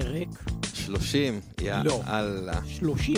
פרק 30, לא. יאללה. 30.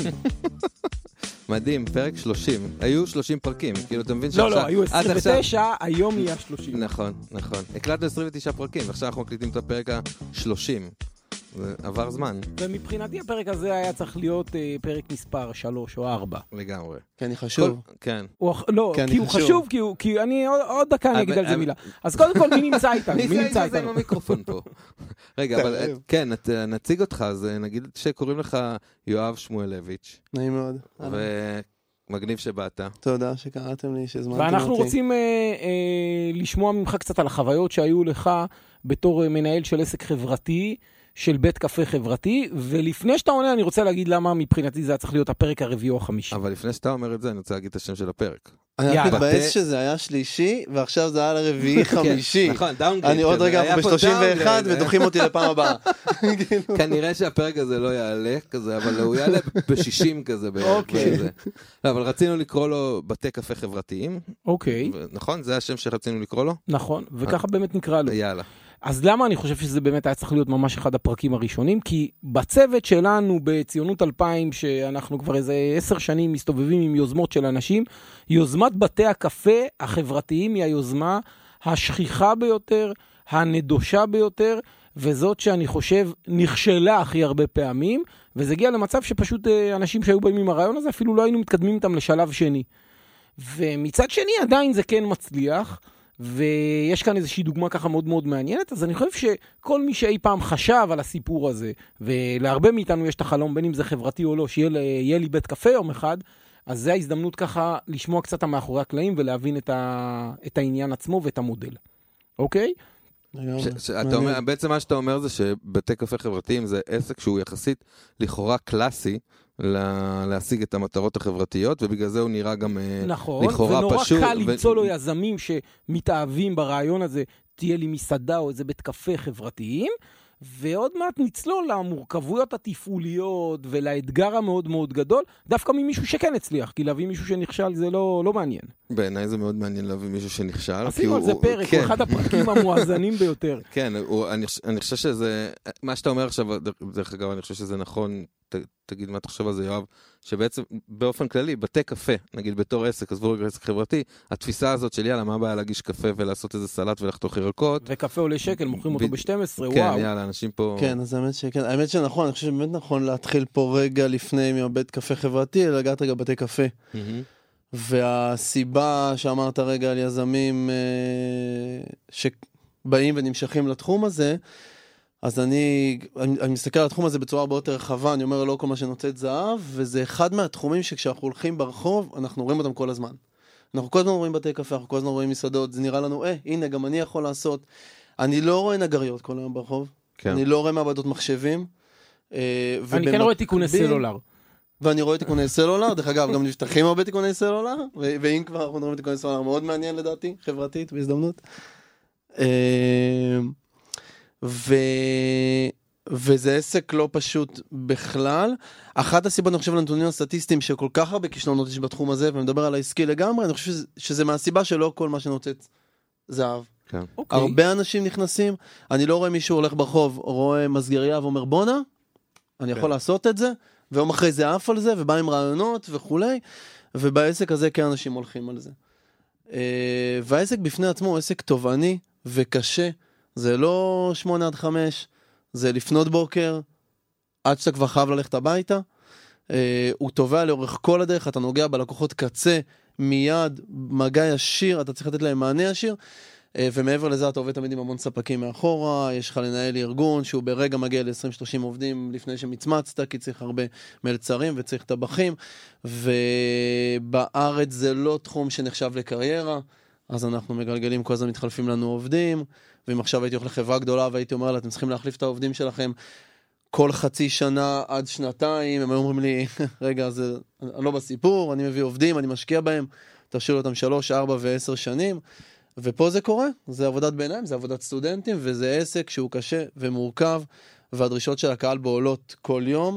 מדהים, פרק 30. היו 30 פרקים, כאילו אתה מבין לא, לא, היו 29, היום יהיה 30. נכון, נכון. הקלטנו 29 פרקים, ועכשיו אנחנו מקליטים את הפרק ה-30. זה עבר זמן. ומבחינתי הפרק הזה היה צריך להיות פרק מספר 3 או 4. לגמרי. כי אני חשוב. כן. לא, כי הוא חשוב, כי אני עוד דקה אני אגיד על זה מילה. אז קודם כל, מי נמצא איתנו? מי נמצא איתנו? עם המיקרופון פה. רגע, אבל כן, נציג אותך, אז נגיד שקוראים לך יואב שמואלביץ'. נעים מאוד. ומגניב שבאת. תודה שקראתם לי, שהזמנתם אותי. ואנחנו רוצים לשמוע ממך קצת על החוויות שהיו לך בתור מנהל של עסק חברתי, של בית קפה חברתי, ולפני שאתה עונה אני רוצה להגיד למה מבחינתי זה היה צריך להיות הפרק הרביעי או החמישי. אבל לפני שאתה אומר את זה, אני רוצה להגיד את השם של הפרק. אני רק מתבאס שזה היה שלישי, ועכשיו זה היה לרביעי חמישי. נכון, דאונגרייד. אני עוד רגע ב-31 ודוחים אותי לפעם הבאה. כנראה שהפרק הזה לא יעלה כזה, אבל הוא יעלה ב-60 כזה. לא, אבל רצינו לקרוא לו בתי קפה חברתיים. אוקיי. נכון? זה השם שרצינו לקרוא לו? נכון, וככה באמת נקרא לו. יאללה. אז למה אני חושב שזה באמת היה צריך להיות ממש אחד הפרקים הראשונים? כי בצוות שלנו בציונות 2000, שאנחנו כבר איזה 10 שנים מסתובבים עם יוזמות של אנשים, יוזמת בתי הקפה החברתיים היא היוזמה השכיחה ביותר, הנדושה ביותר, וזאת שאני חושב נכשלה הכי הרבה פעמים, וזה הגיע למצב שפשוט אנשים שהיו באים עם הרעיון הזה, אפילו לא היינו מתקדמים איתם לשלב שני. ומצד שני עדיין זה כן מצליח, ויש כאן איזושהי דוגמה ככה מאוד מאוד מעניינת, אז אני חושב שכל מי שאי פעם חשב על הסיפור הזה, ולהרבה מאיתנו יש את החלום, בין אם זה חברתי או לא, שיהיה לי בית קפה יום אחד, אז זה ההזדמנות ככה לשמוע קצת מאחורי הקלעים, ולהבין את העניין עצמו ואת המודל. אוקיי? בעצם מה שאתה אומר זה שבתי קפה חברתיים זה עסק שהוא יחסית לכאורה קלאסי, להשיג את המטרות החברתיות, ובגלל זה הוא נראה גם נכון, לכאורה פשוט. ונורא קל למצוא לו יזמים שמתאהבים ברעיון הזה, תהיה לי מסעדה או איזה בית קפה חברתיים, ועוד מעט נצלול למורכבויות התפעוליות ולאתגר המאוד מאוד גדול, דווקא ממישהו שכן הצליח, כי להביא מישהו שנכשל זה לא מעניין. בעיניי זה מאוד מעניין להביא מישהו שנכשל. עשינו על זה פרק, הוא אחד הפרקים המואזנים ביותר. כן, אני חושב שזה, מה שאתה אומר עכשיו, דרך אגב, אני חושב שזה נכון, תגיד מה אתה חושב על זה, יואב, שבעצם באופן כללי, בתי קפה, נגיד בתור עסק, עזבו רגע עסק חברתי, התפיסה הזאת של יאללה, מה הבעיה להגיש קפה ולעשות איזה סלט ולחתוך ירקות? וקפה עולה שקל, מוכרים אותו ב-12, וואו. כן, יאללה, אנשים פה... כן, אז האמת שנכון, אני חושב שבאמת נכון להתחיל פה רגע לפני מהבית קפה חברתי, לגעת רגע בתי קפה. והסיבה שאמרת רגע על יזמים שבאים ונמשכים לתחום הזה, אז אני מסתכל על התחום הזה בצורה הרבה יותר רחבה, אני אומר לא כל מה שנוצאת זהב, וזה אחד מהתחומים שכשאנחנו הולכים ברחוב, אנחנו רואים אותם כל הזמן. אנחנו כל הזמן רואים בתי קפה, אנחנו כל הזמן רואים מסעדות, זה נראה לנו, הנה, גם אני יכול לעשות. אני לא רואה נגריות כל היום ברחוב, אני לא רואה מעבדות מחשבים. אני כן רואה תיקוני סלולר. ואני רואה תיקוני סלולר, דרך אגב, גם נפתחים הרבה תיקוני סלולר, ואם כבר אנחנו מדברים תיקוני סלולר, מאוד מעניין לדעתי, חברתית, בהזדמנות. וזה עסק לא פשוט בכלל. אחת הסיבות, אני חושב, לנתונים הסטטיסטיים שכל כך הרבה כישלונות יש בתחום הזה, ומדבר על העסקי לגמרי, אני חושב שזה מהסיבה שלא כל מה שנוצאת זהב. הרבה אנשים נכנסים, אני לא רואה מישהו הולך ברחוב, רואה מסגריה ואומר בונה, אני יכול לעשות את זה, ויום אחרי זה אף על זה, ובא עם רעיונות וכולי, ובעסק הזה כן אנשים הולכים על זה. והעסק בפני עצמו הוא עסק תובעני וקשה, זה לא 8-5, זה לפנות בוקר, עד שאתה כבר חייב ללכת הביתה, הוא תובע לאורך כל הדרך, אתה נוגע בלקוחות קצה, מיד, מגע ישיר, אתה צריך לתת להם מענה ישיר, ומעבר לזה אתה עובד תמיד עם המון ספקים מאחורה, יש לך לנהל ארגון שהוא ברגע מגיע ל-20-30 עובדים לפני שמצמצת, כי צריך הרבה מלצרים וצריך טבחים, ובארץ זה לא תחום שנחשב לקריירה, אז אנחנו מגלגלים, כל הזמן מתחלפים לנו עובדים, ואם עכשיו הייתי הולך לחברה גדולה והייתי אומר לה, אתם צריכים להחליף את העובדים שלכם כל חצי שנה עד שנתיים, הם אומרים לי, רגע, זה לא בסיפור, אני מביא עובדים, אני משקיע בהם, תשאיר אותם 3, 4 ו10 שנים, ופה זה קורה, זה עבודת ביניים, זה עבודת סטודנטים, וזה עסק שהוא קשה ומורכב, והדרישות של הקהל בעולות כל יום.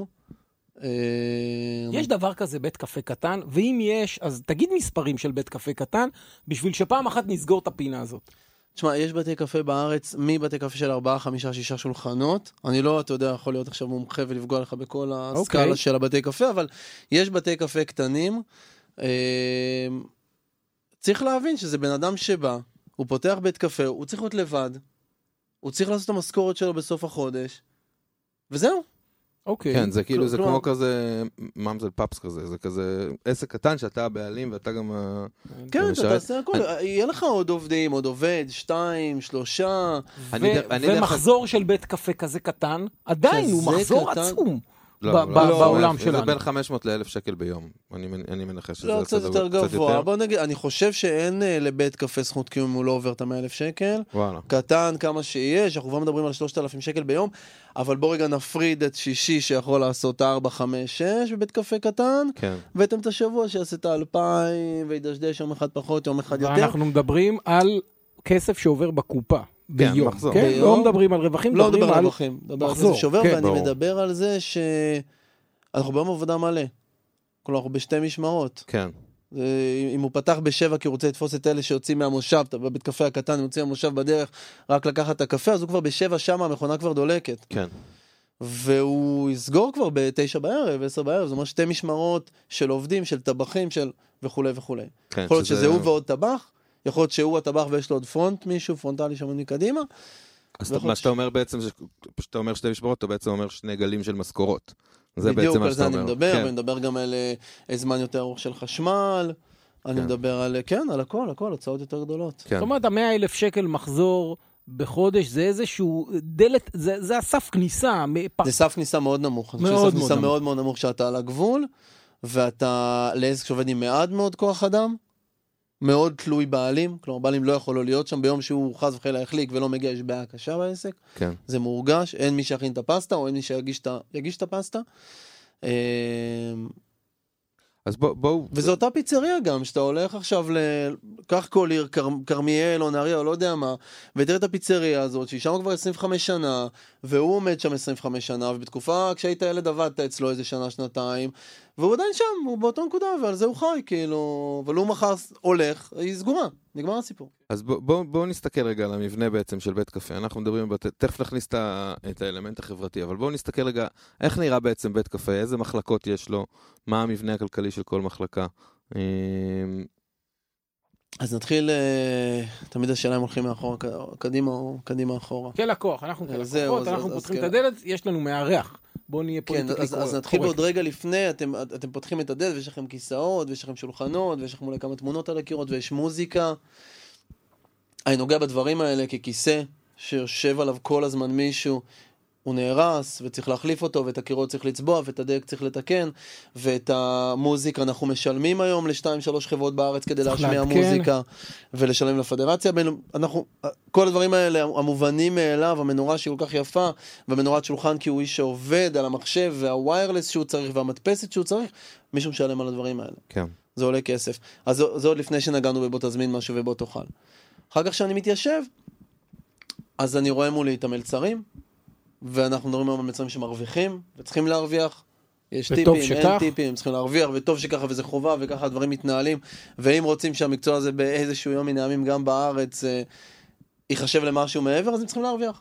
יש דבר כזה בית קפה קטן, ואם יש, אז תגיד מספרים של בית קפה קטן, בשביל שפעם אחת נסגור את הפינה הזאת. תשמע, יש בתי קפה בארץ, מבתי קפה של 4, 5, 6 שולחנות. אני לא, אתה יודע, יכול להיות עכשיו מומחה ולפגוע לך בכל הסקאלה של הבתי קפה, אבל יש בתי קפה קטנים. צריך להבין שזה בן אדם שבא, הוא פותח בית קפה, הוא צריך להיות לבד, הוא צריך לעשות את המשכורת שלו בסוף החודש, וזהו. אוקיי. כן, זה כאילו, זה כמו כזה, ממזל פאפס כזה, זה כזה עסק קטן שאתה הבעלים ואתה גם... כן, אתה תעשה הכל, יהיה לך עוד עובדים, עוד עובד, 2, 3... ומחזור של בית קפה כזה קטן, עדיין הוא מחזור עצום. בעולם שלנו. זה בין 500 ל-1,000 שקל ביום. אני מנחש שזה לא, קצת יותר גבוה. בוא נגיד, אני חושב שאין לבית קפה זכות קיום אם הוא לא עובר את ה-100,000 שקל. קטן כמה שיש, אנחנו כבר מדברים על 3,000 שקל ביום, אבל בוא רגע נפריד את שישי שיכול לעשות 4, 5, 6 בבית קפה קטן, ואתם את השבוע שיעשה את 2,000 וידשדש יום אחד פחות, יום אחד יותר. ואנחנו מדברים על כסף שעובר בקופה. ביום, כן? לא מדברים על רווחים, לא מדברים על רווחים, מדבר על זה שובר, ואני מדבר על זה שאנחנו ביום עבודה מלא, כלומר אנחנו בשתי משמרות. כן. אם הוא פתח ב7 כי הוא רוצה לתפוס את אלה שיוצאים מהמושב, בבית קפה הקטן, הוא יוצא מהמושב בדרך, רק לקחת את הקפה, אז הוא כבר ב7 שם, המכונה כבר דולקת. כן. והוא יסגור כבר ב9 בערב, 10 בערב, זאת אומרת שתי משמרות של עובדים, של טבחים, של וכו' וכו'. יכול להיות שזה הוא ועוד טבח, יכול להיות שהוא הטבח ויש לו עוד פרונט מישהו, פרונטלי שם מקדימה. אז מה שאתה אומר בעצם, שאתה אומר שתי משמרות, אתה בעצם אומר שני גלים של משכורות. זה בעצם מה שאתה אומר. בדיוק, על זה אני מדבר, ואני מדבר גם על זמן יותר ארוך של חשמל, אני מדבר על, כן, על הכל, הצעות יותר גדולות. זאת אומרת, 100,000 שקל מחזור בחודש, זה איזשהו דלת, זה הסף כניסה. זה סף כניסה מאוד נמוך. מאוד כניסה מאוד מאוד נמוך שאתה על הגבול, ואתה לעסק שעובד עם מעט מאוד כוח אדם, מאוד תלוי בעלים, כלומר בעלים לא יכול להיות שם ביום שהוא חס וחלילה החליק ולא מגיע, יש בעיה קשה בעסק, כן. זה מורגש, אין מי שיכין את הפסטה או אין מי שיגיש את הפסטה. אז בואו... וזו אותה פיצריה גם, שאתה הולך עכשיו קח כל עיר, קרמיאל או נהריה או לא יודע מה, ותראה את הפיצריה הזאת, שהיא שם כבר 25 שנה, והוא עומד שם 25 שנה, ובתקופה כשהיית ילד עבדת אצלו איזה שנה, שנתיים, והוא עדיין שם, הוא באותו נקודה, ועל זה הוא חי, כאילו, אבל הוא מחר הולך, היא סגורה, נגמר הסיפור. אז בואו נסתכל רגע על המבנה בעצם של בית קפה, אנחנו מדברים, תכף נכניס את האלמנט החברתי, אבל בואו נסתכל רגע, איך נראה בעצם בית קפה, איזה מחלקות יש לו, מה המבנה הכלכלי של כל מחלקה. אז נתחיל, תמיד השאלה אם הולכים מאחורה, קדימה או קדימה אחורה. כלקוח, אנחנו כלקוחות, אנחנו פותחים את הדלת, יש לנו מארח. בואו נהיה פוליטיקלי קורקט. אז נתחיל בעוד רגע לפני, אתם פותחים את הדלת, ויש לכם כיסאות, ויש לכם שולחנות, ויש לכם אולי כמה תמונות על הקירות, ויש מוזיקה. אני נוגע בדברים האלה ככיסא, שיושב עליו כל הזמן מישהו, הוא נהרס, וצריך להחליף אותו, ואת הקירות צריך לצבוע, ואת הדק צריך לתקן, ואת המוזיקה אנחנו משלמים היום ל2-3 חברות בארץ כדי להשמיע מוזיקה, ולשלם לפדרציה. כל הדברים האלה, המובנים מאליו, המנורה שהיא כל כך יפה, והמנורת שולחן כי הוא איש שעובד על המחשב, והוויירלס שהוא צריך, והמדפסת שהוא צריך, מישהו משלם על הדברים האלה. כן. זה עולה כסף. אז זה עוד לפני שנגענו בבוא תזמין משהו ובוא תאכל. אחר כך שאני מתיישב, אז אני רואה מולי את המלצרים, ואנחנו מדברים על מלצרים שמרוויחים, וצריכים להרוויח. יש טיפים, אין טיפים, צריכים להרוויח, וטוב שככה, וזה חובה, וככה הדברים מתנהלים. ואם רוצים שהמקצוע הזה באיזשהו יום מן הימים גם בארץ ייחשב למשהו מעבר, אז הם צריכים להרוויח.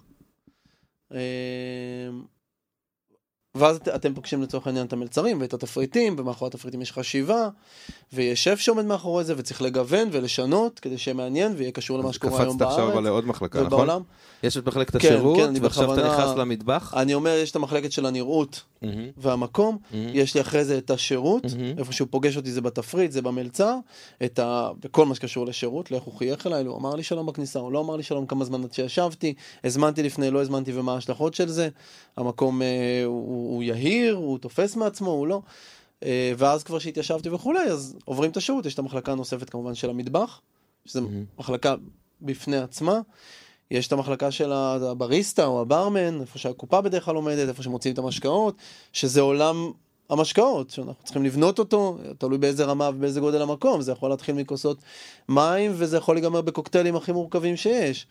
ואז אתם פוגשים לצורך העניין את המלצרים ואת התפריטים, ומאחורי התפריטים יש חשיבה, ויש שף שעומד מאחורי זה, וצריך לגוון ולשנות, כדי שיהיה מעניין, ויהיה קשור למה שקורה היום בארץ. קפצת עכשיו על עוד מחלקה, נכון? יש את מחלקת השירות, ועכשיו אתה נכנס למטבח? אני אומר, יש את המחלקת של הנראות והמקום, יש לי אחרי זה את השירות, איפה שהוא פוגש אותי זה בתפריט, זה במלצר, וכל מה שקשור לשירות, לאיך הוא חייך אליי, הוא אמר לי שלום בכניסה, הוא לא אמר לי שלום כמה זמן עד שישבתי, הזמנתי לפני, לא הזמנתי ומה ההשלכות של זה, המקום הוא יהיר, הוא תופס מעצמו, הוא לא. ואז כבר שהתיישבתי וכולי, אז עוברים את השירות, יש את המחלקה הנוספת כמובן של המטבח, שזו מחלקה בפני עצמה, יש את המחלקה של הבריסטה או הברמן, איפה שהקופה בדרך כלל עומדת, איפה שמוצאים את המשקאות, שזה עולם המשקאות, שאנחנו צריכים לבנות אותו, תלוי באיזה רמה ובאיזה גודל המקום, זה יכול להתחיל מכוסות מים, וזה יכול להיגמר בקוקטיילים הכי מורכבים שיש.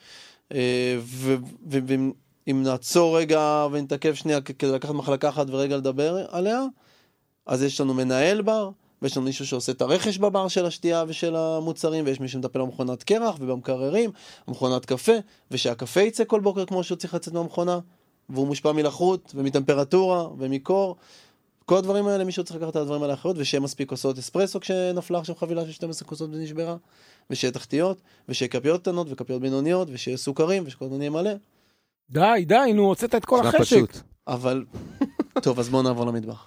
אם נעצור רגע ונתעכב שנייה כדי לקחת מחלקה אחת ורגע לדבר עליה, אז יש לנו מנהל בר, ויש לנו מישהו שעושה את הרכש בבר של השתייה ושל המוצרים, ויש מישהו שמטפל במכונת קרח ובמקררים, במכונת קפה, ושהקפה יצא כל בוקר כמו שהוא צריך לצאת מהמכונה, והוא מושפע מלחות ומטמפרטורה ומקור. כל הדברים האלה, מישהו צריך לקחת את הדברים האלה אחרות, ושיהיה מספיק כוסות אספרסו כשנפלה עכשיו חבילה של 12 כוסות ונשברה, ושיהיה תחתיות, ושיהיה כפיות קטנות וכפיות בינוניות, ושיהיה סוכרים, ושכל הזמן יהיה מלא. די, נו, הוצאת את כל החשק. אבל, טוב, אז בואו נעבור למטבח.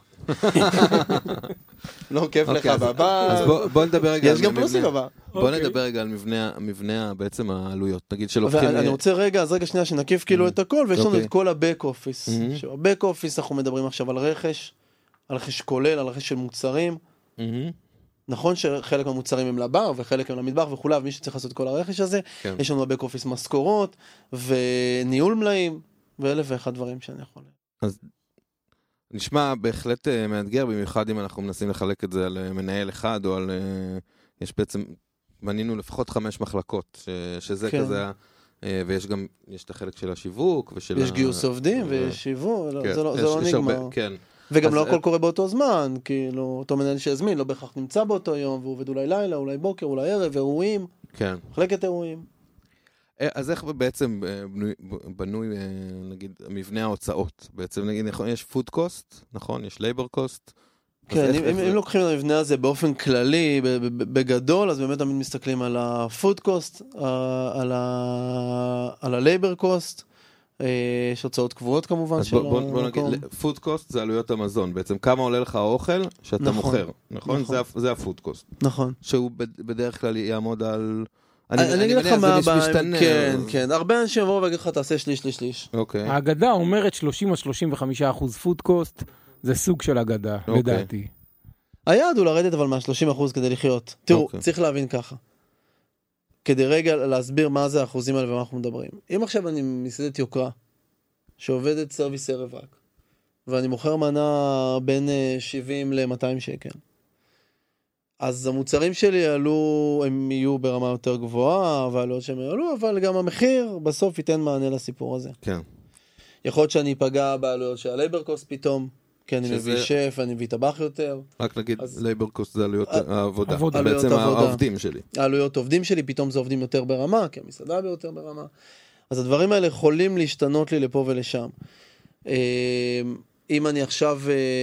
לא כיף לך בבא. אז בוא נדבר רגע. יש גם פלוסים בבא. בוא נדבר רגע על מבנה בעצם העלויות. נגיד שלוקחים... אני רוצה רגע, אז רגע שנייה שנקיף כאילו את הכל, ויש לנו את כל הבק אופיס. בבק אופיס אנחנו מדברים עכשיו על רכש, על רכש כולל, על רכש של מוצרים. נכון שחלק מהמוצרים הם לבר, וחלק הם למטבח וכו', ומי שצריך לעשות כל הרכש הזה. יש לנו בבק אופיס משכורות, וניהול מלאים, ואלף ואחד דברים שאני יכול. אז נשמע בהחלט מאתגר, במיוחד אם אנחנו מנסים לחלק את זה על מנהל אחד, או על... יש בעצם, מנינו לפחות 5 מחלקות, שזה כזה... ויש גם, יש את החלק של השיווק, ושל... יש גיוס עובדים, ויש שיווק, זה לא נגמר. כן. וגם לא הכל קורה באותו זמן, כאילו, אותו מנהל שהזמין, לא בהכרח נמצא באותו יום, והוא עובד אולי לילה, אולי בוקר, אולי ערב, אירועים. כן. מחלקת אירועים. אז איך בעצם בנוי, נגיד, מבנה ההוצאות? בעצם, נגיד, יש food cost, נכון? יש labor cost. כן, אם לוקחים את המבנה הזה באופן כללי, בגדול, אז באמת תמיד מסתכלים על ה-food cost, על ה-labor cost, יש הוצאות קבועות כמובן. אז בוא נגיד, food cost זה עלויות המזון, בעצם כמה עולה לך האוכל שאתה מוכר, נכון? זה ה-food cost. נכון. שהוא בדרך כלל יעמוד על... אני אגיד לך מה הבא, כן, הרבה אנשים יבואו ויגיד לך תעשה שליש. האגדה אומרת 30-35% food cost, זה סוג של אגדה, לדעתי. היעד הוא לרדת אבל מה-30% כדי לחיות. תראו, צריך להבין ככה. כדי רגע להסביר מה זה האחוזים האלה ומה אנחנו מדברים. אם עכשיו אני מסעדת יוקרה, שעובדת סרוויס ערב רק, ואני מוכר מנה בין 70 ל-200 שקל, אז המוצרים שלי יעלו, הם יהיו ברמה יותר גבוהה, והעלויות שהם יעלו, אבל גם המחיר בסוף ייתן מענה לסיפור הזה. כן. יכול להיות שאני אפגע בעלויות של הלייבר קוסט פתאום, כי אני מביא שף, אני מביא טבח יותר. רק נגיד, לייבר קוסט זה עלויות העבודה. בעצם העובדים שלי. העלויות עובדים שלי, פתאום זה עובדים יותר ברמה, כי המסעדה ביותר ברמה. אז הדברים האלה יכולים להשתנות לי לפה ולשם. אם אני עכשיו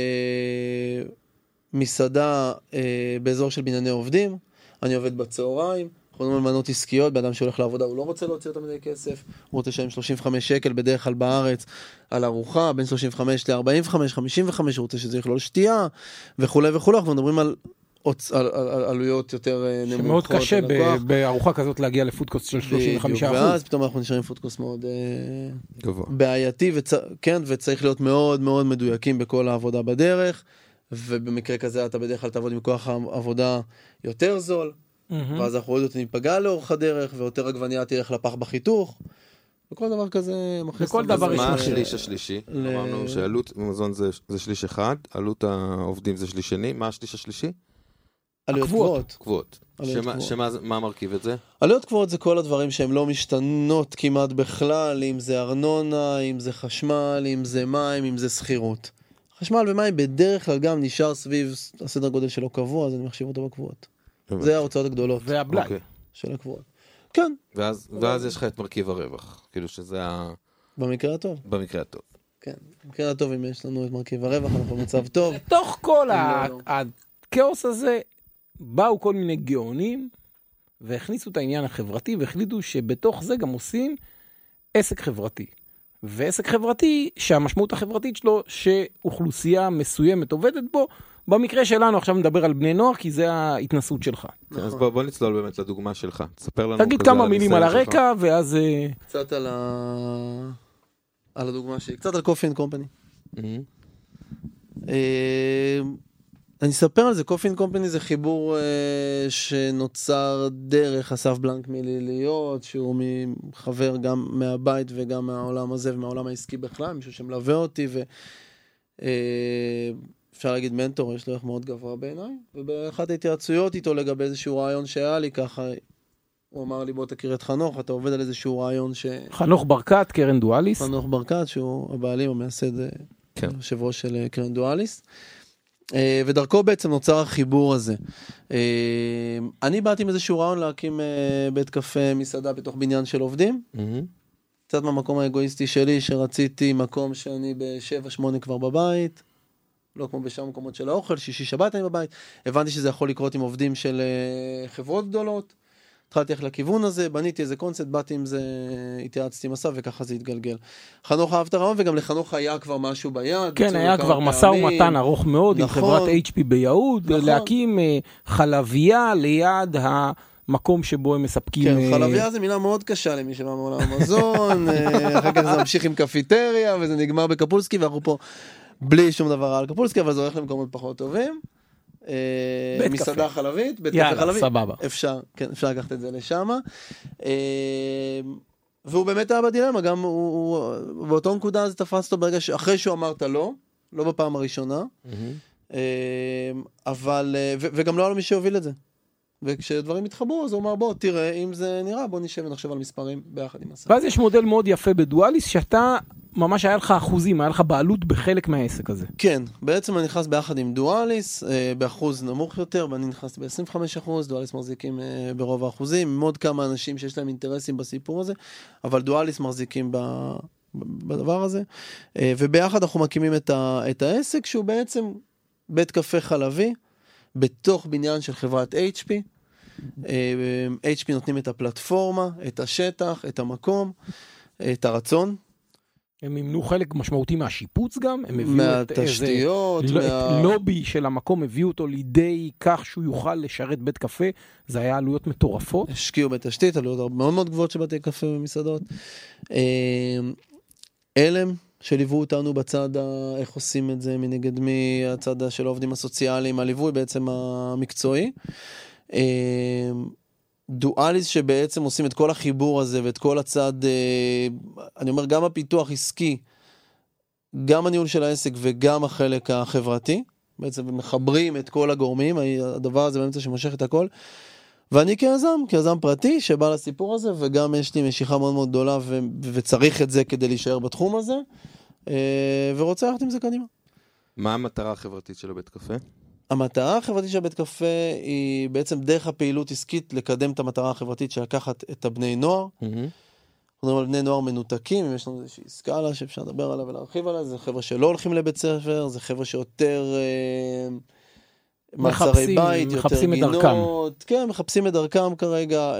מסעדה באזור של בנייני עובדים, אני עובד בצהריים, אנחנו מדברים על מנות עסקיות, באדם שהולך לעבודה, הוא לא רוצה להוציא יותר מדי כסף, הוא רוצה לשלם 35 שקל בדרך כלל בארץ על ארוחה, בין 35 ל-45, 55, הוא רוצה שזה יכלול שתייה, וכו' וכו', אנחנו מדברים על עלויות יותר נמוכות. שמאוד קשה בארוחה כזאת להגיע לפודקוסט של 35%. ואז פתאום אנחנו נשארים פודקוסט מאוד בעייתי, וצריך להיות מאוד מאוד מדויקים בכל העבודה בדרך, ובמקרה כזה אתה בדרך כלל תעבוד עם כוח העבודה יותר זול, ואז אנחנו עוד יותר ניפגע לאורך הדרך, ויותר עגבנייה תלך לפח בחיתוך, וכל דבר כזה מכניס... וכל דבר יש... מה השליש השלישי? אמרנו שעלות מזון זה שליש אחד, עלות העובדים זה שליש שני, מה השליש השלישי? עלויות קבועות. קבועות. מה מרכיב את זה? עלויות קבועות זה כל הדברים שהן לא משתנות כמעט בכלל, אם זה ארנונה, אם זה חשמל, אם זה מים, אם זה שכירות. חשמל ומים בדרך כלל גם נשאר סביב הסדר גודל שלו קבוע, אז אני מחשיב אותו בקבועות. זה ההוצאות הגדולות. והבלאי. של הקבועות. כן. ואז יש לך את מרכיב הרווח. כאילו שזה במקרה הטוב. במקרה הטוב. כן. במקרה הטוב, אם יש לנו את מרכיב הרווח, אנחנו במצב טוב. בתוך כל הכאוס הזה, באו כל מיני גאונים, והכניסו את העניין החברתי, והחליטו שבתוך זה גם עושים עסק חברתי. ועסק חברתי, שהמשמעות החברתית שלו, שאוכלוסייה מסוימת עובדת בו, במקרה שלנו עכשיו נדבר על בני נוער, כי זה ההתנסות שלך. אז בוא נצלול באמת לדוגמה שלך. תספר לנו. תגיד כמה מילים על הרקע, ואז... קצת על הדוגמה שלי. קצת על קופי אנד קומפני. אני אספר על זה. קופי אנד קומפני זה חיבור שנוצר דרך אסף בלנק מליליות, שהוא חבר גם מהבית וגם מהעולם הזה ומהעולם העסקי בכלל, מישהו שמלווה אותי אפשר להגיד מנטור, יש לו ערך מאוד גבוה בעיניי, ובאחת ההתייעצויות איתו לגבי איזשהו רעיון שהיה לי ככה, הוא אמר לי בוא תכיר את חנוך, אתה עובד על איזשהו רעיון חנוך ברקת, קרן דואליס. חנוך ברקת, שהוא הבעלים המייסד, יושב ראש של קרן דואליס. ודרכו בעצם נוצר החיבור הזה. אני באתי עם איזשהו רעיון להקים בית קפה, מסעדה בתוך בניין של עובדים. קצת מהמקום האגואיסטי שלי, שרציתי מקום שאני ב7-8 כבר בבית, לא כמו בשאר מקומות של האוכל, שישי שבת אני בבית. הבנתי שזה יכול לקרות עם עובדים של חברות גדולות. התחלתי איך לכיוון הזה, בניתי איזה קונספט, באתי עם זה, התייעצתי עם אסף וככה זה התגלגל. חנוך אהב את הרעיון וגם לחנוך היה כבר משהו ביד. כן, היה כבר מסע ומתן ארוך מאוד עם חברת HP ביהוד, להקים חלבייה ליד המקום שבו הם מספקים. כן, חלבייה זה מילה מאוד קשה למי שבא מעולם המזון, אחר כך זה ממשיך עם קפיטריה וזה נגמר בקפולסקי ואנחנו פה בלי שום דבר על קפולסקי, אבל זה הולך למקומות פחות טובים. מסעדה חלבית, בית קפה חלבי, אפשר לקחת את זה לשם, והוא באמת היה בדילמה, גם באותו נקודה זה תפס אותו ברגע אחרי שהוא אמרת לא בפעם הראשונה, אבל, וגם לא היה לו מי שהוביל את זה, וכשדברים התחברו אז הוא אמר בוא תראה אם זה נראה, בוא נשב ונחשב על מספרים ביחד עם הסף. ואז יש מודל מאוד יפה בדואליס שאתה ממש היה לך אחוזים, היה לך בעלות בחלק מהעסק הזה. כן, בעצם אני נכנס ביחד עם דואליס, באחוז נמוך יותר, ואני נכנס ב-25%, דואליס מחזיקים ברוב האחוזים, עם עוד כמה אנשים שיש להם אינטרסים בסיפור הזה, אבל דואליס מחזיקים בדבר הזה, וביחד אנחנו מקימים את העסק, שהוא בעצם בית קפה חלבי, בתוך בניין של חברת HP, HP נותנים את הפלטפורמה, את השטח, את המקום, את הרצון, הם ימנו חלק משמעותי מהשיפוץ גם, הם הביאו מהתשתיות, את לובי של המקום, הביאו אותו לידי כך שהוא יוכל לשרת בית קפה, זה היה עלויות מטורפות. השקיעו בתשתית, עלויות מאוד מאוד גבוהות של בתי קפה ומסעדות. אלם, שליוו אותנו בצד, איך עושים את זה מנגד מהצד של העובדים הסוציאליים, הליווי בעצם המקצועי. דואליס שבעצם עושים את כל החיבור הזה ואת כל הצד, אני אומר גם הפיתוח עסקי, גם הניהול של העסק וגם החלק החברתי, בעצם מחברים את כל הגורמים, הדבר הזה באמצע שמושך את הכל, ואני כיזם פרטי שבא לסיפור הזה, וגם יש לי משיכה מאוד מאוד גדולה וצריך את זה כדי להישאר בתחום הזה, ורוצה ללכת עם זה קדימה. מה המטרה החברתית של הבית קפה? המטרה החברתית של בית קפה היא בעצם דרך הפעילות עסקית לקדם את המטרה החברתית של לקחת את הבני נוער. אנחנו מדברים על בני נוער מנותקים, יש לנו איזושהי סקאלה שאפשר לדבר עליה ולהרחיב עליה, זה חבר'ה שלא הולכים לבית ספר, זה חבר'ה שיותר מעצרי בית, יותר גינות, כן, מחפשים את דרכם כרגע,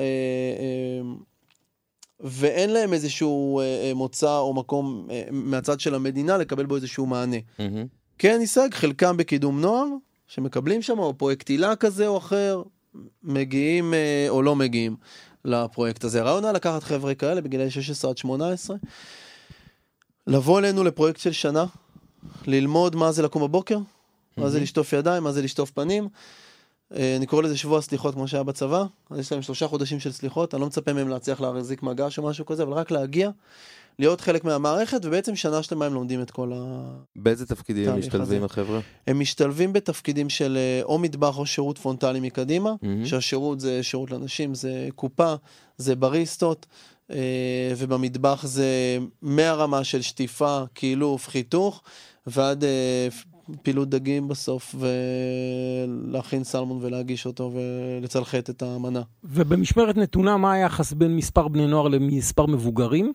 ואין להם איזשהו מוצא או מקום מהצד של המדינה לקבל בו איזשהו מענה. כן, ניסג, חלקם בקידום נוער, שמקבלים שם, או פרויקט עילה כזה או אחר, מגיעים או לא מגיעים לפרויקט הזה. הרעיון היה לקחת חבר'ה כאלה בגילי 16 עד 18, לבוא אלינו לפרויקט של שנה, ללמוד מה זה לקום בבוקר, מה זה לשטוף ידיים, מה זה לשטוף פנים, אני קורא לזה שבוע סליחות כמו שהיה בצבא, אז יש להם 3 חודשים של סליחות, אני לא מצפה מהם להצליח להחזיק מגש או משהו כזה, אבל רק להגיע, להיות חלק מהמערכת, ובעצם שנה שלמה הם לומדים את כל באיזה תפקידים הם משתלבים החבר'ה? הם משתלבים בתפקידים של או מטבח או שירות פרונטלי מקדימה, שהשירות זה שירות לאנשים, זה קופה, זה בריסטות, ובמטבח זה מהרמה של שטיפה, קילוף, חיתוך, ועד פעילות דגים בסוף, ולהכין סלמון ולהגיש אותו, ולצלחת את המנה. ובמשמרת נתונה, מה היחס בין מספר בני נוער למספר מבוגרים?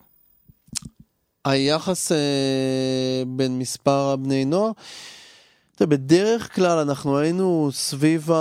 היחס בין מספר בני נוער, בדרך כלל אנחנו היינו סביב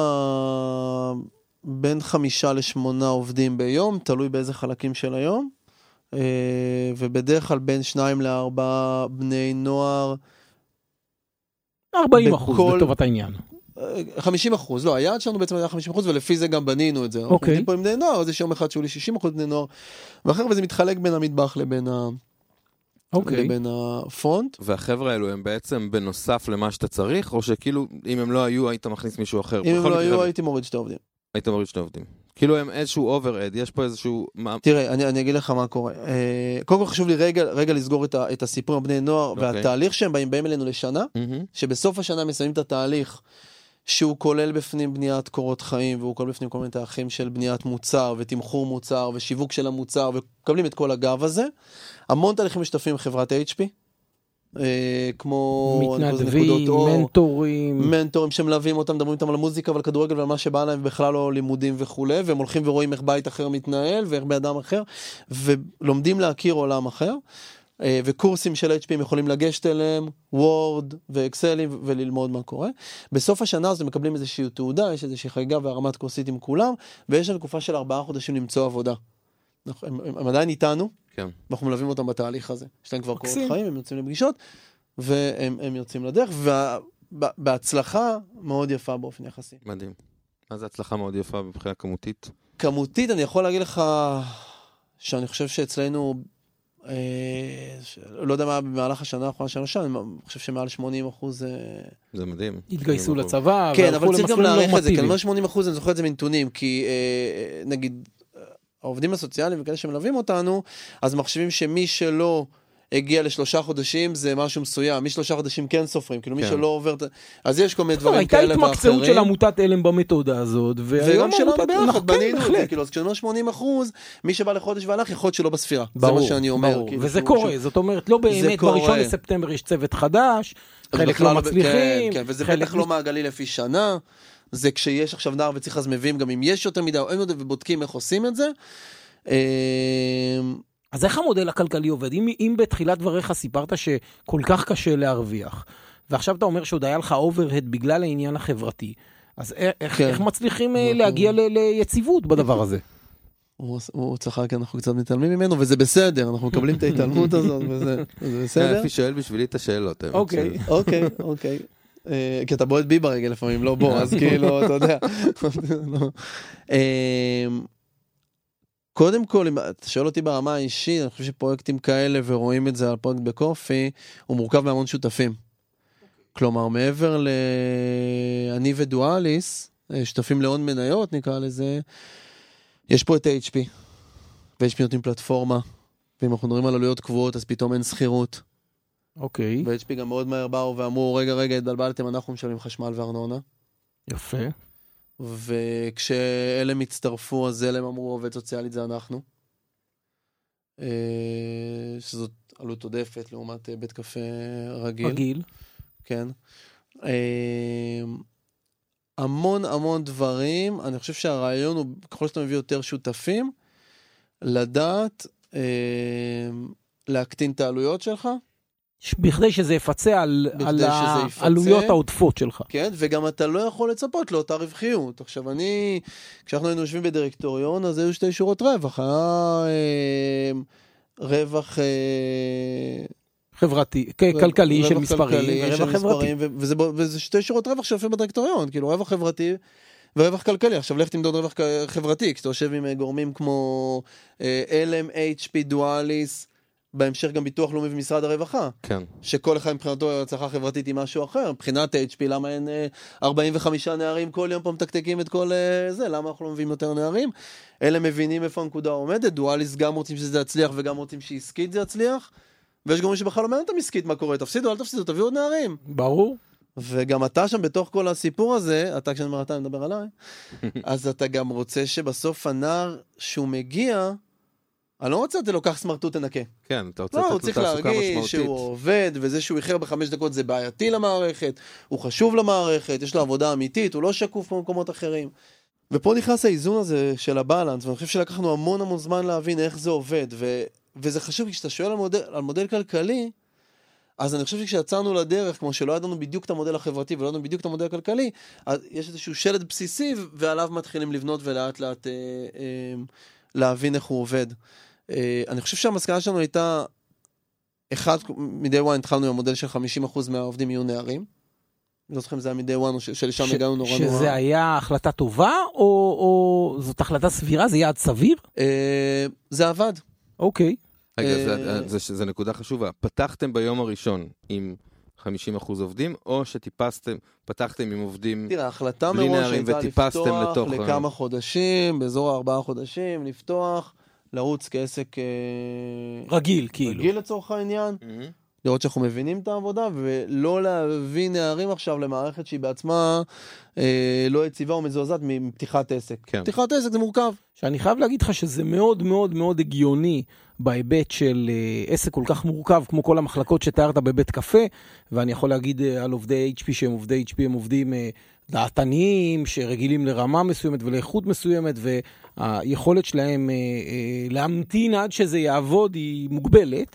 בין 5 ל8 עובדים ביום, תלוי באיזה חלקים של היום, ובדרך כלל בין 2 ל4 בני נוער, 40% בטובת העניין. 50%, לא, היעד שלנו בעצם היה 50%, ולפי זה גם בנינו את זה. אנחנו עובדים פה עם בני נוער, אז יש יום אחד שהוא לי 60% בני נוער, ואחר וזה מתחלק בין המטבח לבין לבין הפונט. והחבר'ה האלו הם בעצם בנוסף למה שאתה צריך, או שכאילו אם הם לא היו היית מכניס מישהו אחר? אם הם לא היו הייתי מוריד 2 עובדים. היית מוריד 2 עובדים. כאילו הם איזשהו אוברהד, יש פה איזשהו... תראה, אני אגיד לך מה קורה. קודם כל חשוב לי רגע לסגור את הסיפור עם בני נוער, והתהליך שהם באים אלינו לשנה, שבסוף השנה מסיימים את התהליך, שהוא כולל בפנים בניית קורות חיים, והוא כולל בפנים כל מיני תהליכים של בניית מוצר, ותמחור מוצר, ושיווק של המוצר, ומקבלים את כל הגב הזה. המון תהליכים משתתפים עם חברת HP, כמו מתנדבים, מנטורים שמלווים אותם, מדברים איתם על המוזיקה ועל כדורגל ועל מה שבא להם בכלל לא לימודים וכו', והם הולכים ורואים איך בית אחר מתנהל ואיך באדם אחר, ולומדים להכיר עולם אחר, וקורסים של HP הם יכולים לגשת אליהם, וורד ואקסלים וללמוד מה קורה. בסוף השנה אז הם מקבלים איזושהי תעודה, יש איזושהי חגיגה והרמת כוסית עם כולם, ויש לנו תקופה של 4 חודשים למצוא עבודה. הם עדיין איתנו, כן. ואנחנו מלווים אותם בתהליך הזה. יש להם כבר קורות חיים, הם יוצאים לפגישות, והם יוצאים לדרך, ובהצלחה מאוד יפה באופן יחסי. מדהים. מה זה הצלחה מאוד יפה מבחינה כמותית? כמותית, אני יכול להגיד לך שאני חושב שאצלנו, לא יודע מה במהלך השנה האחרונה שלנו, אני חושב שמעל 80% זה מדהים. התגייסו לצבא, כן, אבל צריך גם להעריך את זה, כי אני אומר 80%, אני זוכר את זה מנתונים, כי נגיד, העובדים הסוציאליים וכאלה שמלווים אותנו, אז מחשבים שמי שלא הגיע ל3 חודשים, זה משהו מסוים. מ3 חודשים כן סופרים, כאילו מי שלא עובר... אז יש כל מיני דברים כאלה ואחרים. הייתה התמקצעות של עמותת אלם במתודה הזאת, וגם שלנו ביחד, בנינו את זה, כאילו, אז כשאני אומר 80%, מי שבא לחודש והלך, יכול להיות שלא בספירה. זה מה שאני אומר. וזה קורה, זאת אומרת, לא באמת, ב1 לספטמבר יש צוות חדש, חלק לא מצליחים. וזה בטח לא מעגלי לפי שנה. זה כשיש עכשיו נער וצריך אז מביאים גם אם יש יותר מדי או אין יותר ובודקים איך עושים את זה. אז איך המודל הכלכלי עובד? אם בתחילת דבריך סיפרת שכל כך קשה להרוויח, ועכשיו אתה אומר שעוד היה לך אוברהד בגלל העניין החברתי, אז איך מצליחים להגיע ליציבות בדבר הזה? הוא צחק, אנחנו קצת מתעלמים ממנו, וזה בסדר, אנחנו מקבלים את ההתעלמות הזאת, וזה בסדר. אפי שואל בשבילי את השאלות. אוקיי. כי אתה בועט בי ברגל לפעמים, לא בוא, אז כאילו, אתה יודע. קודם כל, אם אתה שואל אותי ברמה האישית, אני חושב שפרויקטים כאלה, ורואים את זה על פרויקט בקופי, הוא מורכב מהמון שותפים. כלומר, מעבר אני ודואליס, שותפים לעוד מניות, נקרא לזה, יש פה את HP, ו-HP נותנים פלטפורמה, ואם אנחנו מדברים על עלויות קבועות, אז פתאום אין סחירות. אוקיי. ו-HP גם מאוד מהר באו ואמרו, רגע, התבלבלתם, אנחנו משלמים חשמל וארנונה. יפה. וכשאלה מצטרפו, אז אלה אמרו, עובד סוציאלית זה אנחנו. שזאת עלות עודפת לעומת בית קפה רגיל. כן. המון דברים. אני חושב שהרעיון הוא, ככל שאתה מביא יותר שותפים, לדעת להקטין את העלויות שלך. בכדי שזה יפצה על העלויות העודפות שלך. כן, וגם אתה לא יכול לצפות לאותה רווחיות. עכשיו כשאנחנו היינו יושבים בדירקטוריון, אז היו 2 שורות רווח. היה רווח חברתי, כלכלי של מספרים, ורווח חברתי. וזה 2 שורות רווח שיפה בדירקטוריון, כאילו רווח חברתי ורווח כלכלי. עכשיו לך תמדוד רווח חברתי, כשאתה יושב עם גורמים כמו LM, HP, דואליס, בהמשך גם ביטוח לאומי ומשרד הרווחה. כן. שכל אחד מבחינתו הצלחה חברתית היא משהו אחר. מבחינת HP, למה אין 45 נערים כל יום פה מתקתקים את כל זה? למה אנחנו לא מביאים יותר נערים? אלה מבינים איפה הנקודה עומדת. דואליס גם רוצים שזה יצליח וגם רוצים שעסקית זה יצליח. ויש גורמים שבכלל לא מעניין את עסקית מה קורה. תפסידו, אל תפסידו, תביאו עוד נערים. ברור. וגם אתה שם בתוך כל הסיפור הזה, אתה כשאני אומר אתה, אני מדבר עליי, אז אתה גם רוצה שבסוף הנער שהוא מגיע, אני לא רוצה לתת לו כך סמרטוט תנקה. כן, אתה רוצה לתת לו תעסוקה משמעותית. הוא צריך להרגיש שהוא עובד, וזה שהוא איחר ב5 דקות זה בעייתי למערכת, הוא חשוב למערכת, יש לו עבודה אמיתית, הוא לא שקוף במקומות אחרים. ופה נכנס האיזון הזה של הבלנס, ואני חושב שלקחנו המון זמן להבין איך זה עובד, וזה חשוב, כי כשאתה שואל על מודל כלכלי, אז אני חושב שכשיצאנו לדרך, כמו שלא ידענו בדיוק את המודל החברתי, ולא ידענו בדיוק את המודל הכלכלי, אז יש איזשהו שלד בסיסי, ועליו מתחילים לבנות ולאט לאט להבין איך הוא עובד. אני חושב שהמסקנה שלנו הייתה, מדי וואן התחלנו עם המודל של 50% מהעובדים יהיו נערים. לא זוכרים, זה היה מדי וואן, שלשם הגענו נורא. שזה היה החלטה טובה, או זאת החלטה סבירה? זה יעד סביר? זה עבד. אוקיי. רגע, זה נקודה חשובה. פתחתם ביום הראשון עם 50% עובדים, או פתחתם עם עובדים בלי נערים וטיפסתם לתוך... תראה, ההחלטה מראש הייתה לפתוח לכמה חודשים, באזור 4 חודשים, לפתוח, לרוץ כעסק... רגיל, כאילו. רגיל לצורך העניין. לראות שאנחנו מבינים את העבודה, ולא להביא נערים עכשיו למערכת שהיא בעצמה לא יציבה או מזועזעת מפתיחת עסק. כן. פתיחת עסק זה מורכב. שאני חייב להגיד לך שזה מאוד מאוד מאוד הגיוני בהיבט של עסק כל כך מורכב, כמו כל המחלקות שתיארת בבית קפה, ואני יכול להגיד על עובדי HP שהם עובדי HP, הם עובדים דעתניים, שרגילים לרמה מסוימת ולאיכות מסוימת, והיכולת שלהם להמתין עד שזה יעבוד היא מוגבלת.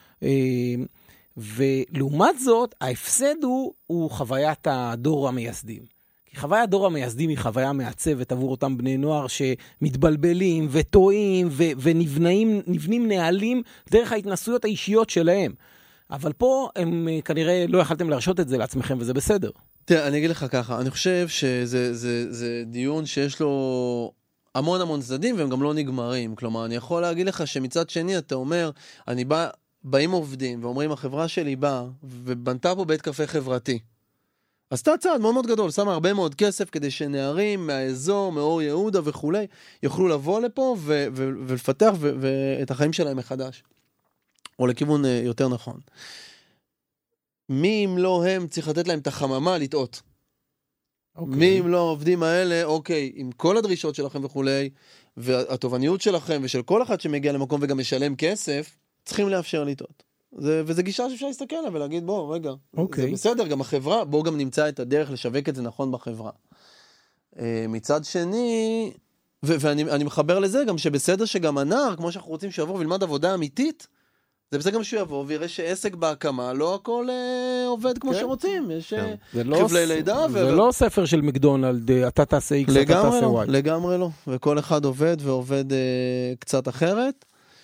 ולעומת זאת, ההפסד הוא חוויית הדור המייסדים. כי חוויית הדור המייסדים היא חוויה מעצבת עבור אותם בני נוער שמתבלבלים וטועים ונבנים נהלים דרך ההתנסויות האישיות שלהם. אבל פה הם כנראה לא יכלתם להרשות את זה לעצמכם, וזה בסדר. תראה, אני אגיד לך ככה, אני חושב שזה דיון שיש לו המון המון צדדים, והם גם לא נגמרים. כלומר, אני יכול להגיד לך שמצד שני אתה אומר, באים עובדים ואומרים, החברה שלי באה ובנתה פה בית קפה חברתי. עשתה צעד מאוד מאוד גדול, שמה הרבה מאוד כסף כדי שנערים מהאזור, מאור יהודה וכולי, יוכלו לבוא לפה ולפתח את החיים שלהם מחדש. או לכיוון יותר נכון. מי אם לא הם צריך לתת להם את החממה לטעות. מי אם לא העובדים האלה, אוקיי, עם כל הדרישות שלכם וכולי, והתובעניות שלכם ושל כל אחד שמגיע למקום וגם משלם כסף, צריכים לאפשר לטעות. וזה גישה שאפשר להסתכל עליה ולהגיד, בוא, רגע, זה בסדר, גם החברה, בוא גם נמצא את הדרך לשווק את זה נכון בחברה. מצד שני, ואני מחבר לזה גם שבסדר שגם הנער, כמו שאנחנו רוצים שיעבור וילמד עבודה אמיתית, זה בסדר גם שהוא יבוא ויראה שעסק בהקמה, לא הכל עובד כמו שרוצים, יש חבלי לידה. זה לא ספר של מקדונלד, אתה תעשה X, אתה תעשה Y. לגמרי לא, וכל אחד עובד ועובד קצת אחרת.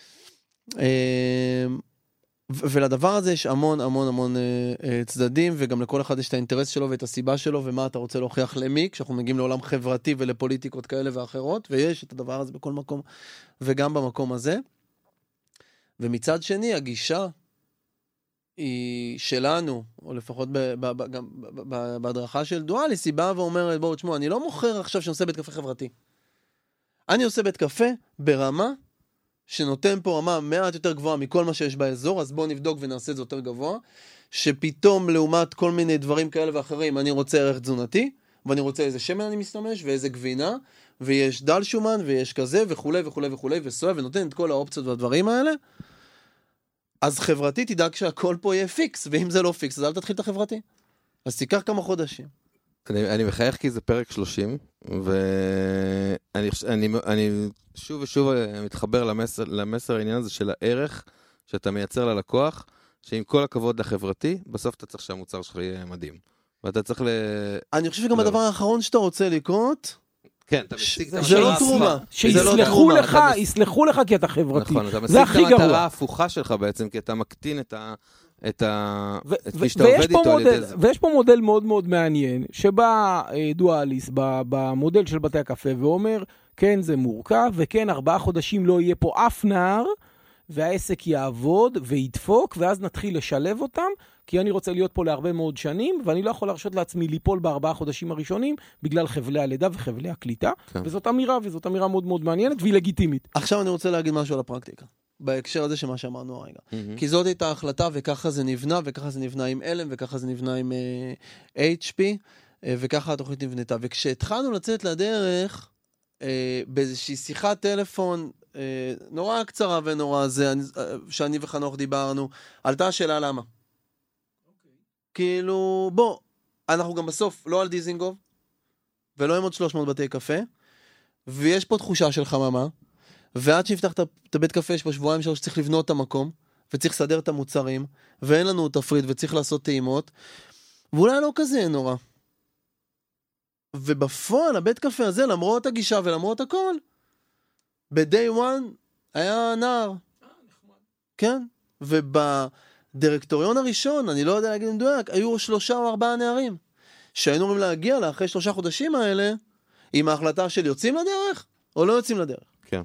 ולדבר הזה יש המון המון המון צדדים, וגם לכל אחד יש את האינטרס שלו ואת הסיבה שלו, ומה אתה רוצה להוכיח למי, כשאנחנו מגיעים לעולם חברתי ולפוליטיקות כאלה ואחרות, ויש את הדבר הזה בכל מקום, וגם במקום הזה. ומצד שני, הגישה היא שלנו, או לפחות בהדרכה של דואליס, היא באה ואומרת, בואו תשמעו, אני לא מוכר עכשיו שאני עושה בית קפה חברתי. אני עושה בית קפה ברמה שנותן פה רמה מעט יותר גבוהה מכל מה שיש באזור, אז בואו נבדוק ונעשה את זה יותר גבוה, שפתאום לעומת כל מיני דברים כאלה ואחרים, אני רוצה ערך תזונתי, ואני רוצה איזה שמן אני מסתמש, ואיזה גבינה, ויש דל שומן, ויש כזה, וכולי וכולי וכולי, וסויה, ונותן את כל האופציות והדברים האלה, אז חברתי תדאג שהכל פה יהיה פיקס, ואם זה לא פיקס, אז אל תתחיל את החברתי. אז תיקח כמה חודשים. אני מחייך כי זה פרק 30, ואני שוב ושוב מתחבר למסר העניין הזה של הערך שאתה מייצר ללקוח, שעם כל הכבוד לחברתי, בסוף אתה צריך שהמוצר שלך יהיה מדהים. ואתה צריך אני חושב שגם הדבר האחרון שאתה רוצה לקרות, כן, אתה משיג את זה לא תרומה. שיסלחו לך כי אתה חברתי. נכון, אתה משיג את המטרה ההפוכה שלך בעצם, כי אתה מקטין את מי שאתה עובד איתו. ויש פה מודל מאוד מאוד מעניין, שבא דואליס במודל של בתי הקפה ואומר, כן זה מורכב, וכן 4 חודשים לא יהיה פה אף נער, והעסק יעבוד וידפוק, ואז נתחיל לשלב אותם, כי אני רוצה להיות פה להרבה מאוד שנים, ואני לא יכול להרשות לעצמי ליפול ב4 חודשים הראשונים, בגלל חבלי הלידה וחבלי הקליטה, וזאת אמירה מאוד מאוד מעניינת, והיא לגיטימית. עכשיו אני רוצה להגיד משהו על הפרקטיקה, בהקשר הזה שמה שאמרנו הרגע. כי זאת הייתה ההחלטה, וככה זה נבנה, וככה זה נבנה עם אלם, וככה זה נבנה עם HP, וככה התוכנית נבנתה. וכשהתחלנו לצאת לדרך, באיזושהי שיחת טלפון, נורא קצרה ונורא זה, שאני וחנוך דיברנו, עלתה השאלה למה. כאילו, בוא, אנחנו גם בסוף לא על דיזינגוף, ולא עם עוד 300 בתי קפה, ויש פה תחושה של חממה, ועד שיפתח את הבית קפה, יש פה 2-3 שבועות שצריך לבנות את המקום, וצריך לסדר את המוצרים, ואין לנו תפריט, וצריך לעשות טעימות, ואולי לא כזה נורא. ובפועל, הבית קפה הזה, למרות הגישה ולמרות הכל, ב-day one היה נער. כן? ובדירקטוריון הראשון, אני לא יודע להגיד מדויק, היו 3 או 4 נערים, שהיינו אומרים להגיע לה אחרי 3 חודשים האלה, עם ההחלטה של יוצאים לדרך, או לא יוצאים לדרך. כן.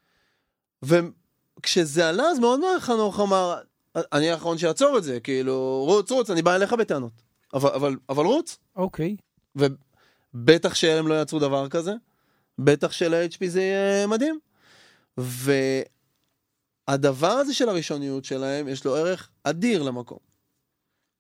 וכשזה עלה, אז מאוד מהר חנוך אמר, אני האחרון שיעצור את זה, כאילו, רוץ, אני בא אליך בטענות. אבל רוץ. אוקיי. ובטח שאלה הם לא יעצרו דבר כזה, בטח של-HP זה יהיה מדהים. והדבר הזה של הראשוניות שלהם, יש לו ערך אדיר למקום.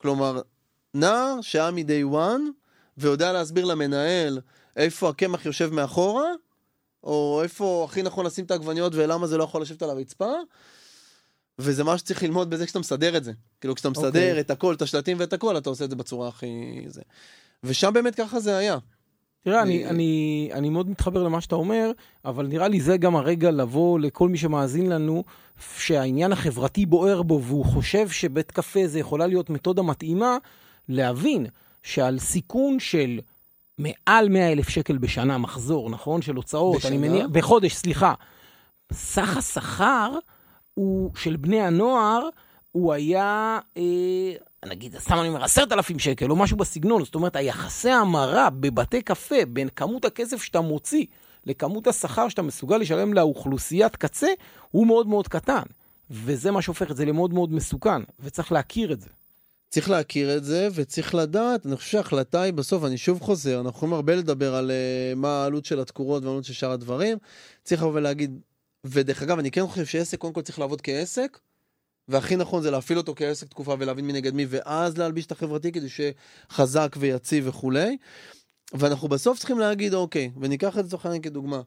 כלומר, נער שהיה מ-day one, ויודע להסביר למנהל איפה הקמח יושב מאחורה, או איפה הכי נכון לשים את העגבניות, ולמה זה לא יכול לשבת על הרצפה, וזה מה שצריך ללמוד בזה כשאתה מסדר את זה. כאילו, כשאתה מסדר את הכל, את השלטים ואת הכל, אתה עושה את זה בצורה הכי... זה. ושם באמת ככה זה היה. תראה, אני מאוד מתחבר למה שאתה אומר, אבל נראה לי זה גם הרגע לבוא לכל מי שמאזין לנו, שהעניין החברתי בוער בו, והוא חושב שבית קפה זה יכולה להיות מתודה מתאימה, להבין שעל סיכון של מעל 100,000 שקל בשנה מחזור, נכון? של הוצאות, אני מניח, בחודש, סליחה. סך השכר הוא, של בני הנוער, הוא היה, נגיד, סתם אני אומר, 10,000 שקל, או משהו בסגנון. זאת אומרת, היחסי המרה בבתי קפה, בין כמות הכסף שאתה מוציא, לכמות השכר שאתה מסוגל לשלם לאוכלוסיית קצה, הוא מאוד מאוד קטן. וזה מה שהופך את זה למאוד מאוד מסוכן, וצריך להכיר את זה. צריך להכיר את זה, וצריך לדעת, אני חושב שההחלטה היא בסוף, אני שוב חוזר, אנחנו יכולים הרבה לדבר על מה העלות של התקורות והעלות של שאר הדברים, צריך אבל להגיד, ודרך אגב, אני כן חושב שעסק קודם כל צריך לעבוד כעסק, והכי נכון זה להפעיל אותו כעסק תקופה ולהבין מנגד מי, ואז להלביש את החברתי כדי שחזק ויציב וכולי, ואנחנו בסוף צריכים להגיד, אוקיי, וניקח את זה זוכרן כדוגמה,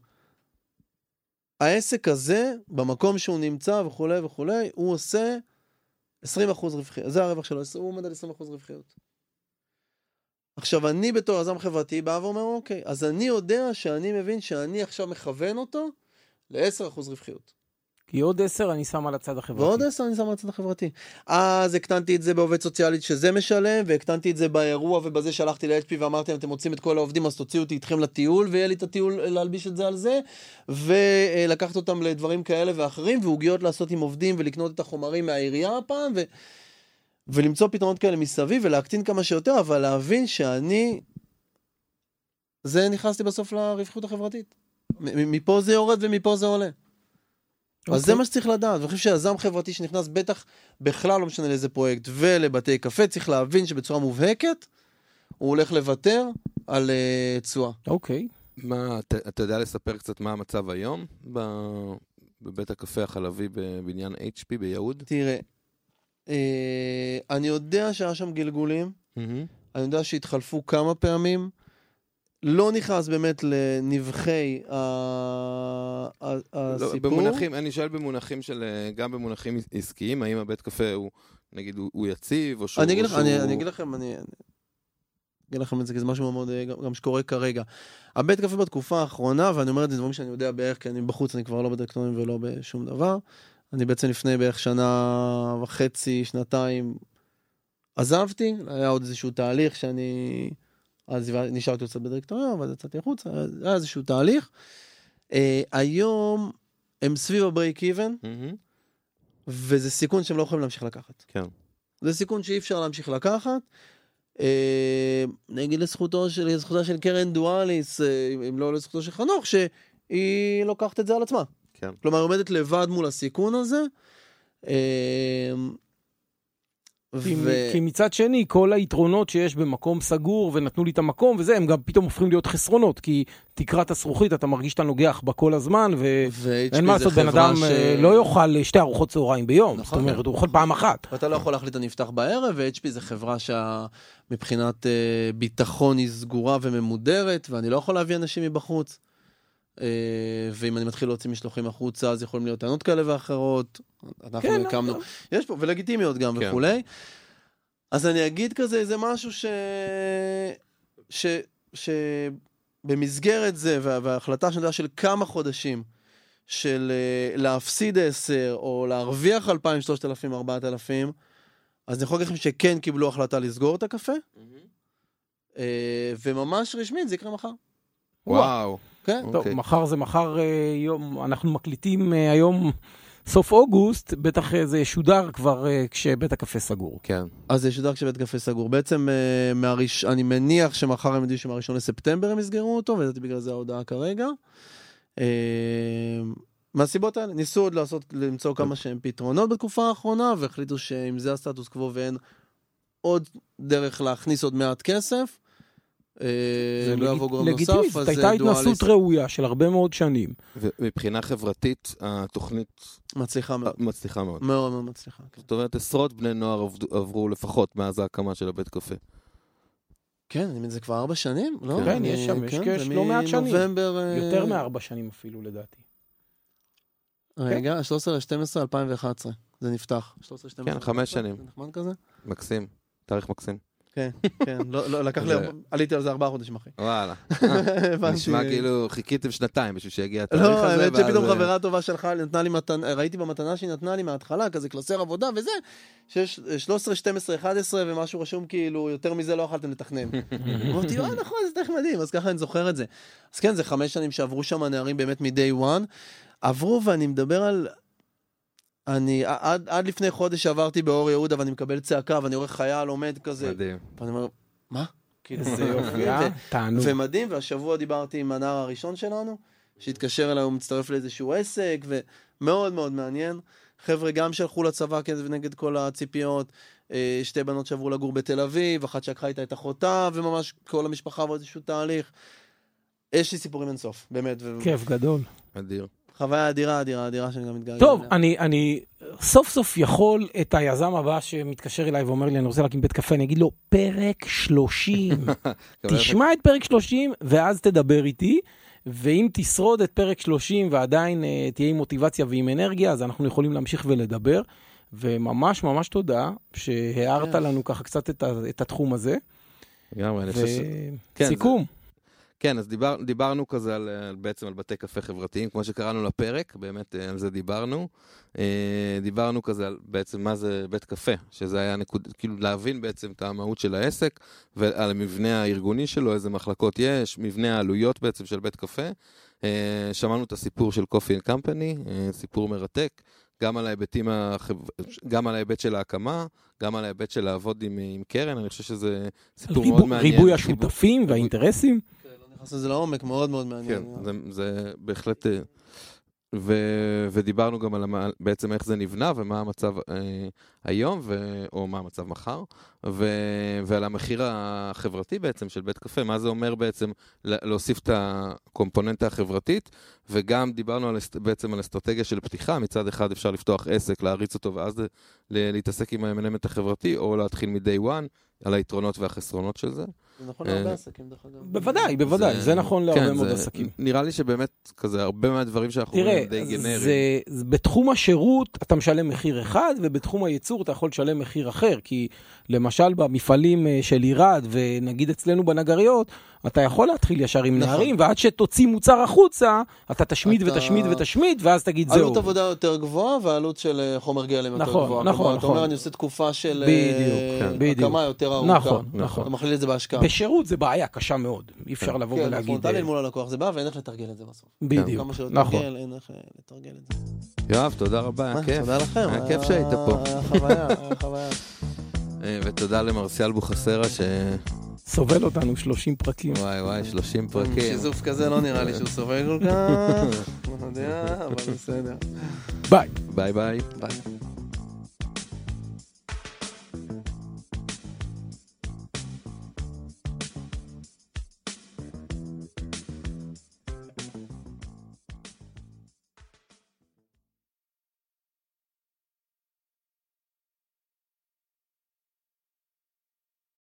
העסק הזה, במקום שהוא נמצא וכולי וכולי, הוא עושה 20% רווחיות, זה הרווח שלו, הוא עומד על 20% רווחיות. עכשיו, אני בתור יזם חברתי בא ואומר, אוקיי, אז אני יודע שאני מבין שאני עכשיו מכוון אותו ל-10% רווחיות. כי עוד 10 אני שם על הצד החברתי. ועוד 10 אני שם על הצד החברתי. אז הקטנתי את זה בעובד סוציאלית שזה משלם, והקטנתי את זה באירוע, ובזה שלחתי ל-HP ואמרתי להם, אתם מוצאים את כל העובדים, אז תוציאו אותי איתכם לטיול, ויהיה לי את הטיול להלביש את זה על זה, ולקחת אותם לדברים כאלה ואחרים, והוגיות לעשות עם עובדים, ולקנות את החומרים מהעירייה הפעם, ולמצוא פתרונות כאלה מסביב, ולהקטין כמה שיותר, אבל להבין שאני, זה נכנסתי בסוף לרווחיות החברתית. מפה זה יורד ומפה זה עולה. אז זה מה שצריך לדעת, ואני חושב שיזם חברתי שנכנס בטח בכלל לא משנה לאיזה פרויקט ולבתי קפה, צריך להבין שבצורה מובהקת הוא הולך לוותר על תשואה. אוקיי. אתה יודע לספר קצת מה המצב היום בבית הקפה החלבי בבניין HP ביהוד? תראה, אני יודע שהיה שם גלגולים, אני יודע שהתחלפו כמה פעמים, לא נכנס באמת לנבחי הסיפור. אני שואל במונחים של, גם במונחים עסקיים, האם הבית קפה הוא, נגיד, הוא יציב, או שהוא... אני אגיד לכם את זה, כי זה משהו מאוד, גם שקורה כרגע. הבית קפה בתקופה האחרונה, ואני אומר את זה דברים שאני יודע בערך, כי אני בחוץ, אני כבר לא בדירקטוריון ולא בשום דבר. אני בעצם לפני בערך שנה וחצי, שנתיים, עזבתי, היה עוד איזשהו תהליך שאני... אז נשארתי קצת בדירקטוריון, אבל יצאתי החוצה, היה איזשהו תהליך. היום הם סביב הברייק איבן, וזה סיכון שהם לא יכולים להמשיך לקחת. כן. זה סיכון שאי אפשר להמשיך לקחת. נגיד לזכותה של קרן דואליס, אם לא לזכותו של חנוך, שהיא לוקחת את זה על עצמה. כן. כלומר, היא עומדת לבד מול הסיכון הזה, כי מצד שני, כל היתרונות שיש במקום סגור ונתנו לי את המקום וזה, הם גם פתאום הופכים להיות חסרונות, כי תקרת הזכוכית, אתה מרגיש שאתה נוגח בה כל הזמן, ואין מה לעשות, בן אדם לא יאכל 2 ארוחות צהריים ביום, זאת אומרת, הוא אוכל פעם אחת. ואתה לא יכול להחליט, אני אפתח בערב, ו-HP זה חברה שמבחינת ביטחון היא סגורה וממודרת, ואני לא יכול להביא אנשים מבחוץ, ואם אני מתחיל להוציא משלוחים החוצה, אז יכולים להיות טענות כאלה ואחרות, אנחנו הקמנו, יש פה, ולגיטימיות גם וכולי. אז אני אגיד כזה, זה משהו שבמסגרת זה, וההחלטה שאני יודע של כמה חודשים, של להפסיד 10, או להרוויח 2,000, 3,000, 4,000, אז אני יכול להגיד לכם שכן קיבלו החלטה לסגור את הקפה, וממש רשמית, זה יקרה מחר. וואו. כן. טוב, מחר זה מחר יום, אנחנו מקליטים היום סוף אוגוסט, בטח זה שודר כבר כשבית הקפה סגור. כן. אז זה שודר כשבית הקפה סגור. בעצם אני מניח שמחר הם יודעים שמהראשון לספטמבר הם יסגרו אותו, וזה בגלל זה ההודעה כרגע. מהסיבות האלה, ניסו עוד למצוא כמה שהם פתרונות בתקופה האחרונה, והחליטו שאם זה הסטטוס קוו ואין עוד דרך להכניס עוד מעט כסף, אם לא יבוא גורם לגיטימי, נוסף, זאת אז הייתה התנסות דואליסט. ראויה של הרבה מאוד שנים. ומבחינה חברתית, התוכנית מצליחה מאוד. מצליחה מאוד. מאוד מאוד מצליחה. כן. זאת אומרת, עשרות בני נוער עברו לפחות מאז ההקמה של הבית קפה. כן, אני מבין, זה כבר 4 שנים, לא? כן, יש שם, יש לא מעט שנים. ומנובמבר... יותר מ4 שנים אפילו, לדעתי. רגע, 13/12/2011, זה נפתח. 13/12/2011. כן, 5 שנים. זה נחמד כזה? מקסים. תאריך מקסים. כן, כן. לא, לקח לי... עליתי על זה 4 חודשים אחרי. וואלה. נשמע כאילו חיכיתם 2 בשביל שיגיע התאריך לא, הזה. האמת שפתאום חברה טובה שלך נתנה לי מתנה, ראיתי במתנה שהיא נתנה לי מההתחלה, כזה קלסר עבודה וזה, שיש 13, 12, 11 ומשהו רשום כאילו, יותר מזה לא יכולתם לתכנן. אמרתי, נכון, זה תכף מדהים, אז ככה אני זוכר את זה. אז כן, זה 5 שנים שעברו שם הנערים באמת מ-day one, עברו ואני מדבר על... אני עד לפני חודש עברתי באור יהודה ואני מקבל צעקה ואני רואה חייל עומד כזה. מדהים. ואני אומר, מה? זה יופי, תענו. ומדהים, והשבוע דיברתי עם הנער הראשון שלנו, שהתקשר אליי, הוא מצטרף לאיזשהו עסק, ומאוד מאוד מעניין. חבר'ה גם שלחו לצבא נגד כל הציפיות, 2 בנות שעברו לגור בתל אביב, אחת שלקחה איתה את אחותה, וממש כל המשפחה עברו איזשהו תהליך. יש לי סיפורים אינסוף, באמת. כיף גדול. אדיר. חוויה אדירה שאני גם מתגעגע. טוב, אני סוף סוף יכול את היזם הבא שמתקשר אליי ואומר לי, אני רוצה להקים בית קפה, אני אגיד לו, פרק 30. תשמע את פרק 30 ואז תדבר איתי, ואם תשרוד את פרק 30 ועדיין תהיה עם מוטיבציה ועם אנרגיה, אז אנחנו יכולים להמשיך ולדבר, וממש ממש תודה שהערת לנו ככה קצת את התחום הזה. סיכום. כן, אז דיברנו כזה בעצם על בתי קפה חברתיים, כמו שקראנו לפרק, באמת על זה דיברנו. דיברנו כזה על בעצם מה זה בית קפה, שזה היה כאילו להבין בעצם את המהות של העסק, ועל המבנה הארגוני שלו, איזה מחלקות יש, מבנה העלויות בעצם של בית קפה. שמענו את הסיפור של Coffee and Company, סיפור מרתק, גם על ההיבט של ההקמה, גם על ההיבט של לעבוד עם קרן, אני חושב שזה סיפור מאוד מעניין. ריבוי השותפים והאינטרסים. זה לעומק מאוד מאוד מעניין. כן, זה בהחלט, ודיברנו גם על בעצם איך זה נבנה ומה המצב היום, או מה המצב מחר, ועל המחיר החברתי בעצם של בית קפה, מה זה אומר בעצם להוסיף את הקומפוננטה החברתית, וגם דיברנו בעצם על אסטרטגיה של פתיחה, מצד אחד אפשר לפתוח עסק, להריץ אותו, ואז להתעסק עם האלמנט החברתי, או להתחיל מ-day one, על היתרונות והחסרונות של זה. זה נכון להרבה עסקים, דרך אגב. בוודאי, זה נכון להרבה מאוד עסקים. נראה לי שבאמת כזה הרבה מהדברים שאנחנו רואים די גנריים. תראה, בתחום השירות אתה משלם מחיר אחד, ובתחום הייצור אתה יכול לשלם מחיר אחר, כי למשל במפעלים של אירד, ונגיד אצלנו בנגריות, אתה יכול להתחיל ישר עם נערים, ועד שתוציא מוצר החוצה, אתה תשמיד ותשמיד ותשמיד, ואז תגיד זהו. עלות עבודה יותר גבוהה, ועלות של חומר גלם יותר גבוהה. נכון. אתה אומר, אני עושה תקופה של הקמה יותר ארוכה. נכון. אתה מכליל את זה בהשקעה. בשירות זה בעיה קשה מאוד. אי אפשר לבוא ולהגיד... כן, פרונטלי מול הלקוח זה בא, ואין איך לתרגל את זה בסוף. בדיוק, כמה שלא תרגל, אין איך לתרגל את זה. יואב, תודה רבה, היה כיף. תודה לכם. היה כיף שהיית פה. היה חוויה. ותודה למרסיאל בוחסרה ש... סובל אותנו 30 פרקים. וואי, 30 פרקים. שיזוף כזה לא נראה לי שהוא סובל כל כך. לא יודע, אבל בסדר. ביי. ביי. ביי.